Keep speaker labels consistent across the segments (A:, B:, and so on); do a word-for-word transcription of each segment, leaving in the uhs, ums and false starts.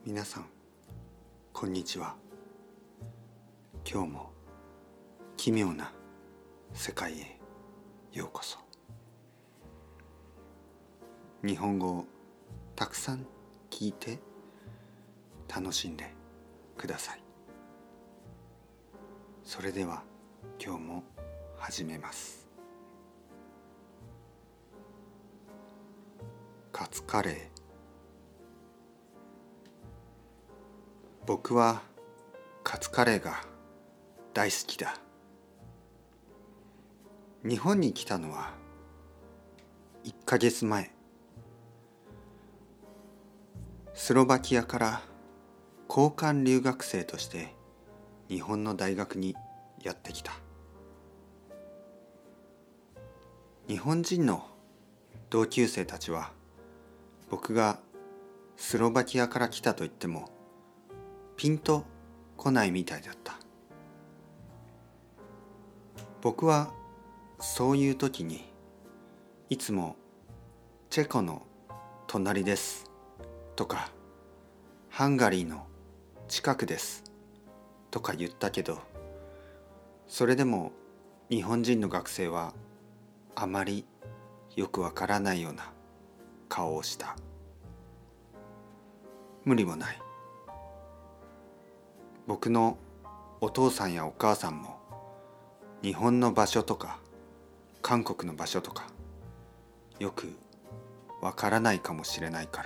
A: 皆さんこんにちは。今日も奇妙な世界へようこそ。日本語をたくさん聞いて楽しんでください。それでは今日も始めます。カツカレー。僕はカツカレーが大好きだ。日本に来たのはいっかげつまえ。スロバキアから交換留学生として日本の大学にやってきた。日本人の同級生たちは僕がスロバキアから来たと言ってもピンと来ないみたいだった。僕はそういう時にいつもチェコの隣ですとかハンガリーの近くですとか言ったけど、それでも日本人の学生はあまりよくわからないような顔をした。無理もない。僕のお父さんやお母さんも日本の場所とか韓国の場所とかよくわからないかもしれないから。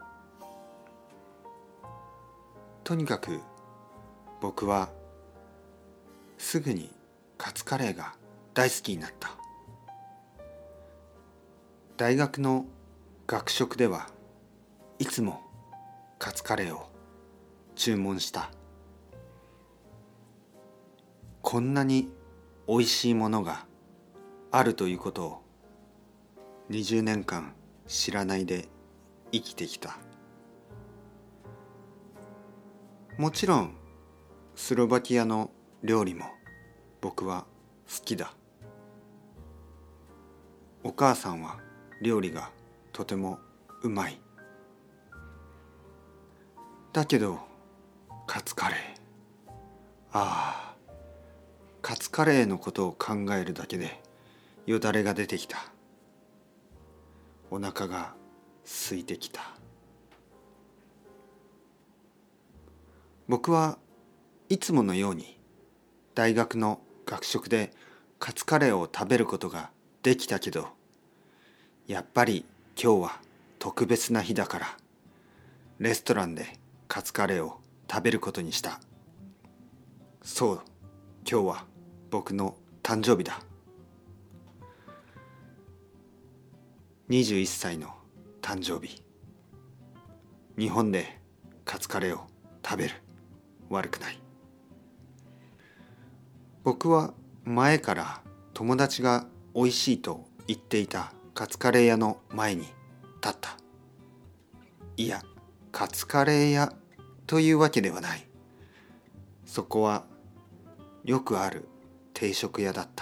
A: とにかく僕はすぐにカツカレーが大好きになった。大学の学食ではいつもカツカレーを注文した。こんなにおいしいものがあるということをにじゅうねんかん知らないで生きてきた。もちろんスロバキアの料理も僕は好きだ。お母さんは料理がとてもうまい。だけどカツカレー、ああカツカレーのことを考えるだけでよだれが出てきた。お腹が空いてきた。僕はいつものように大学の学食でカツカレーを食べることができたけど、やっぱり今日は特別な日だからレストランでカツカレーを食べることにした。そう、今日は僕の誕生日だ。にじゅういっさいの誕生日。日本でカツカレーを食べる。悪くない。僕は前から友達がおいしいと言っていたカツカレー屋の前に立った。いや、カツカレー屋というわけではない。そこはよくある定食屋だった。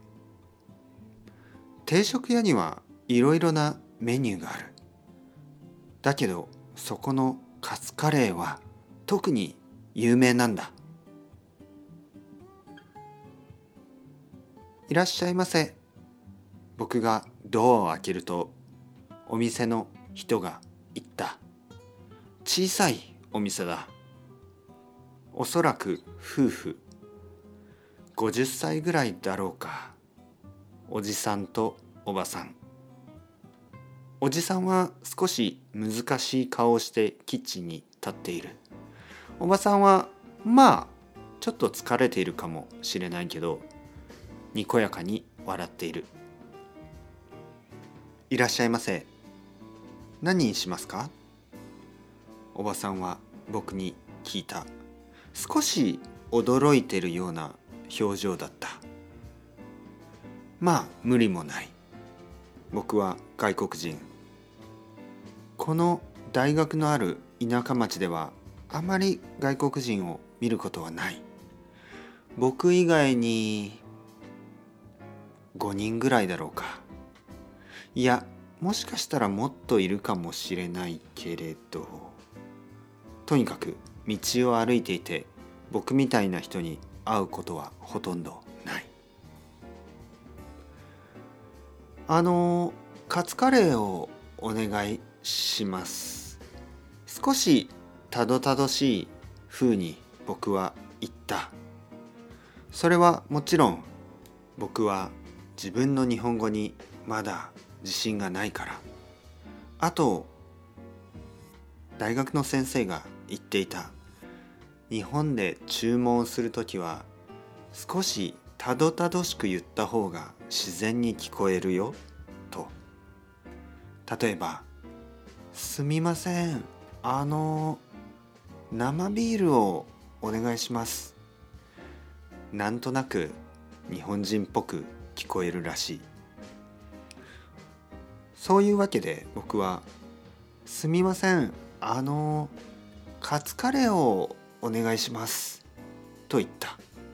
A: 定食屋にはいろいろなメニューがある。だけどそこのカツカレーは特に有名なんだ。いらっしゃいませ。僕がドアを開けるとお店の人が言った。小さいお店だ。おそらく夫婦。ごじゅっさいぐらいだろうか。おじさんとおばさん。おじさんは少し難しい顔をしてキッチンに立っている。おばさんはまあちょっと疲れているかもしれないけどにこやかに笑っている。いらっしゃいませ。何にしますか？おばさんは僕に聞いた。少し驚いているような表情だった。まあ無理もない。僕は外国人。この大学のある田舎町ではあまり外国人を見ることはない。僕以外にごにんぐらいだろうか。いや、もしかしたらもっといるかもしれないけれど、 とにかく道を歩いていて僕みたいな人に会うことはほとんどない。あのカツカレーをお願いします。少したどたどしい風に僕は言った。それはもちろん僕は自分の日本語にまだ自信がないから。あと大学の先生が言っていた。日本で注文するときは少したどたどしく言った方が自然に聞こえるよと。例えば、すみません、あの生ビールをお願いします。なんとなく日本人っぽく聞こえるらしい。そういうわけで僕は、すみません、あのカツカレーをお願いしますと言った。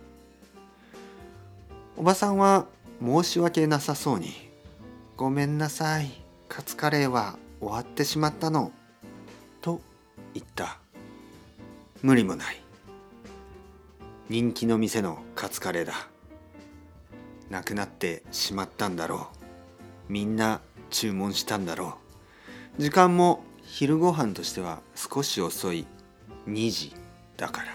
A: おばさんは申し訳なさそうに、ごめんなさい、カツカレーは終わってしまったのと言った。無理もない。人気の店のカツカレーだ。なくなってしまったんだろう。みんな注文したんだろう。時間も昼ご飯としては少し遅いにじだから。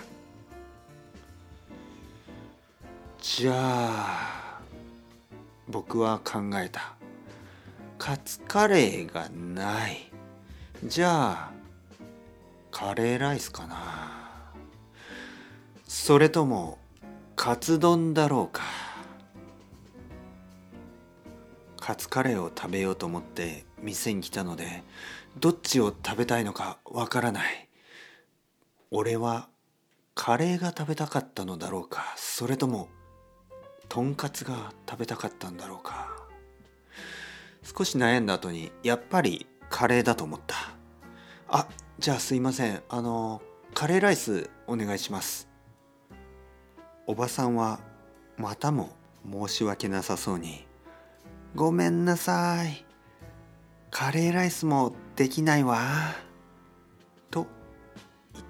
A: じゃあ僕は考えた。カツカレーがない。じゃあカレーライスかな。それともカツ丼だろうか。カツカレーを食べようと思って店に来たので、どっちを食べたいのかわからない。俺はカレーが食べたかったのだろうか、それともとんかつが食べたかったんだろうか。少し悩んだ後にやっぱりカレーだと思った。あ、じゃあすいません、あのカレーライスお願いします。おばさんはまたも申し訳なさそうに、ごめんなさい、カレーライスもできないわと言った。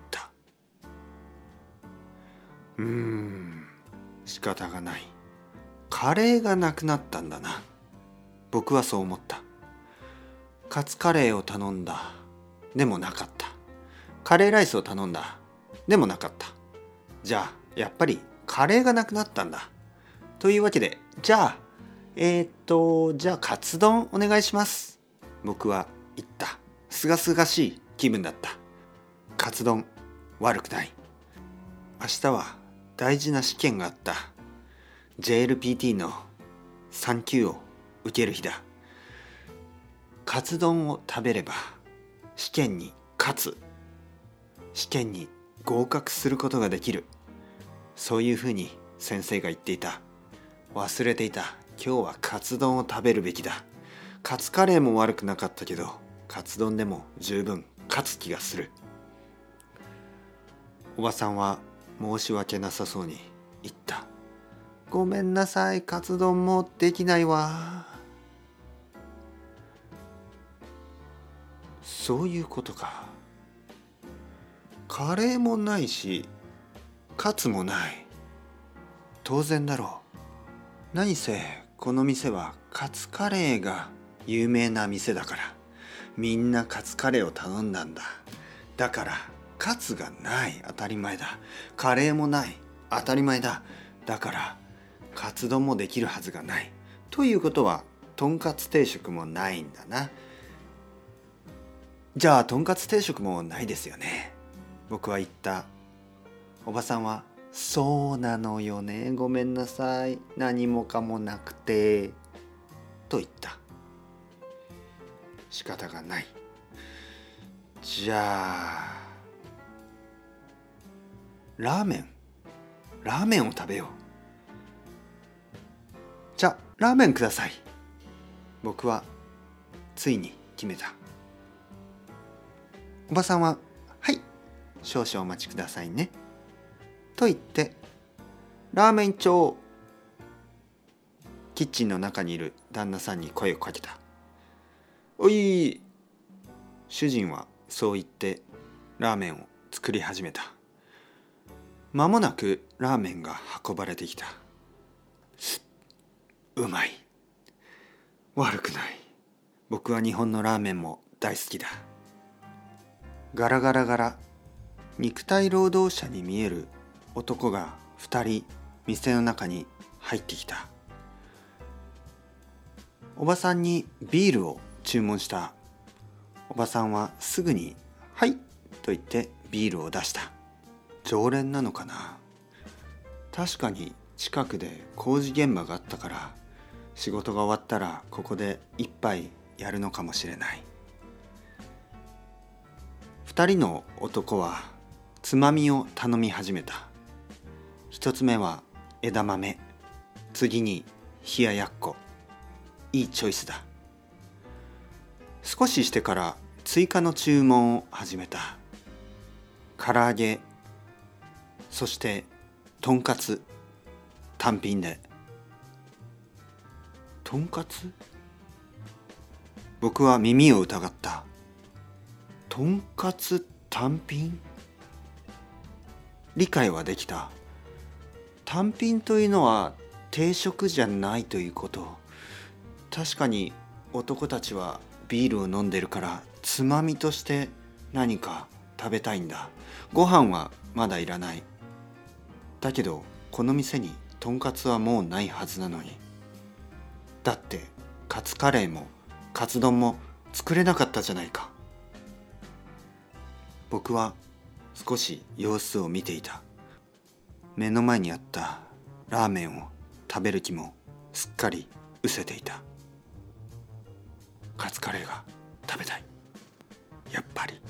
A: うーん仕方がない。カレーがなくなったんだな。僕はそう思った。カツカレーを頼んだ。でもなかった。カレーライスを頼んだ。でもなかった。じゃあやっぱりカレーがなくなったんだ。というわけで、じゃあえー、っとじゃあカツ丼お願いします。僕は言った。すがすがしい気分だった。カツ丼悪くない。明日は大事な試験があった。 ジェイエルピーティー のさん級を受ける日だ。カツ丼を食べれば試験に勝つ、試験に合格することができる。そういうふうに先生が言っていた。忘れていた。今日はカツ丼を食べるべきだ。カツカレーも悪くなかったけど、カツ丼でも十分勝つ気がする。おばさんは申し訳なさそうに言った。ごめんなさい、カツ丼もできないわ。そういうことか。カレーもないしカツもない。当然だろう。何せこの店はカツカレーが有名な店だから、みんなカツカレーを頼んだんだ。だからカツがない、当たり前だ。カレーもない、当たり前だ。だからカツ丼もできるはずがない。ということはとんかつ定食もないんだな。じゃあとんかつ定食もないですよね。僕は言った。おばさんは、そうなのよね、ごめんなさい、何もかもなくてと言った。仕方がない。じゃあラーメンラーメンを食べよう。じゃあラーメンください。僕はついに決めた。おばさんは、はい、少々お待ちくださいねと言ってラーメン長、キッチンの中にいる旦那さんに声をかけた。おい、主人はそう言ってラーメンを作り始めた。間もなくラーメンが運ばれてきた。うまい。悪くない。僕は日本のラーメンも大好きだ。ガラガラガラ。肉体労働者に見える男が二人店の中に入ってきた。おばさんにビールを注文した。おばさんはすぐに「はい」と言ってビールを出した。常連なのかな。確かに近くで工事現場があったから、仕事が終わったらここで一杯やるのかもしれない。二人の男はつまみを頼み始めた。一つ目は枝豆、次に冷ややっこ。いいチョイスだ。少ししてから追加の注文を始めた。唐揚げ、そしてとんかつ、単品で。とんかつ？僕は耳を疑った。とんかつ単品？理解はできた。単品というのは定食じゃないということ。確かに男たちはビールを飲んでるからつまみとして何か食べたいんだ。ご飯はまだいらない。だけどこの店にとんかつはもうないはずなのに。だってカツカレーもカツ丼も作れなかったじゃないか。僕は少し様子を見ていた。目の前にあったラーメンを食べる気もすっかり失せていた。カツカレーが食べたい。やっぱり。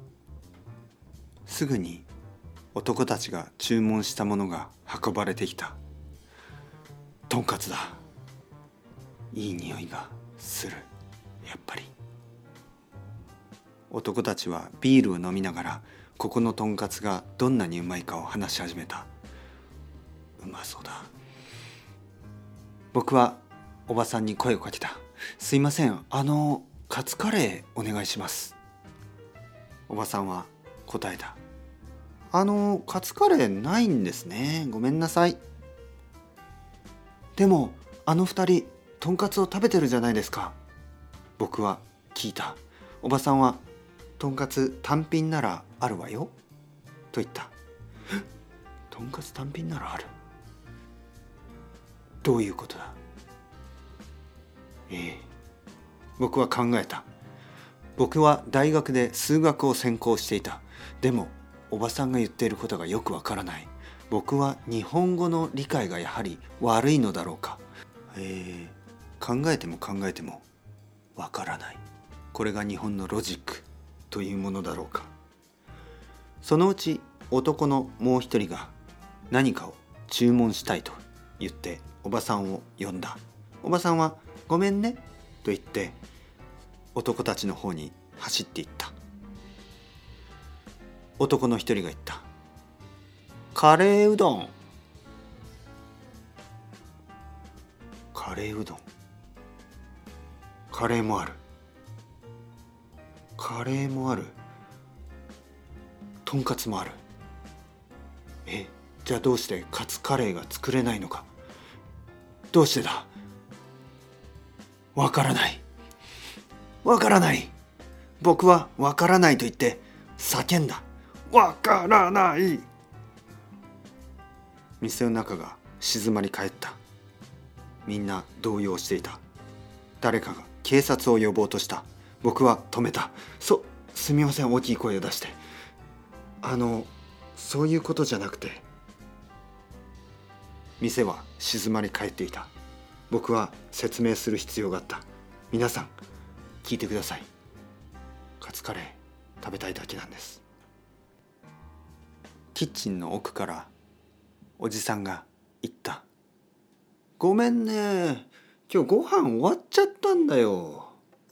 A: すぐに男たちが注文したものが運ばれてきた。とんかつだ。いい匂いがする。やっぱり。男たちはビールを飲みながらここのとんかつがどんなにうまいかを話し始めた。うまそうだ。僕はおばさんに声をかけた。すいません、あのカツカレーお願いします。おばさんは答えた。あのカツカレーないんですね。ごめんなさい。でもあの二人とんかつを食べてるじゃないですか。僕は聞いた。おばさんはとんかつ単品ならあるわよと言った。とんかつ単品ならある。どういうことだ。ええ、僕は考えた。僕は大学で数学を専攻していた。でもおばさんが言っていることがよくわからない。僕は日本語の理解がやはり悪いのだろうか。ええ、考えても考えてもわからない。これが日本のロジックというものだろうか。そのうち男のもう一人が何かを注文したいと言っておばさんを呼んだ。おばさんはごめんねと言って男たちの方に走っていった。男の一人が言った。カレーうどん。カレーうどん。カレーもある。カレーもある。とんかつもある。え、じゃあどうしてカツカレーが作れないのか。どうしてだ。わからない。わからない。僕はわからないと言って叫んだ。わからない。店の中が静まり返った。みんな動揺していた。誰かが警察を呼ぼうとした。僕は止めた。そ、すみません、大きい声を出して。あの、そういうことじゃなくて。店は静まり返っていた。僕は説明する必要があった。皆さん、聞いてください。カツカレー食べたいだけなんです。キッチンの奥からおじさんが言った。ごめんね、今日ご飯終わっちゃったんだよ。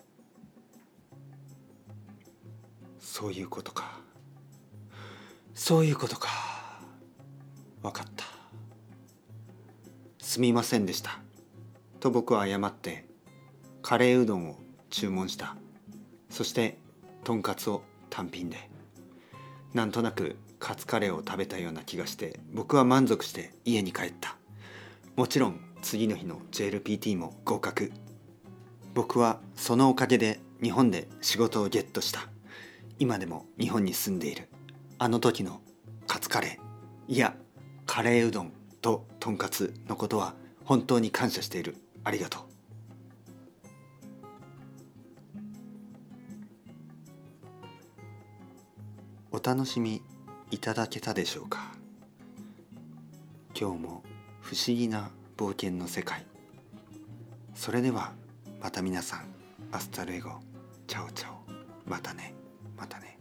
A: そういうことか。そういうことか。わかった。すみませんでした。と僕は謝ってカレーうどんを注文した。そしてとんかつを単品で。 なんとなくカツカレーを食べたような気がして、僕は満足して家に帰った。もちろん次の日の ジェイエルピーティー も合格。僕はそのおかげで日本で仕事をゲットした。今でも日本に住んでいる。あの時のカツカレー、いやカレーうどんととんかつのことは本当に感謝している。ありがとう。お楽しみいただけたでしょうか。今日も不思議な冒険の世界。それではまた皆さん、アスタルエゴ、チャオチャオ、またね、またね。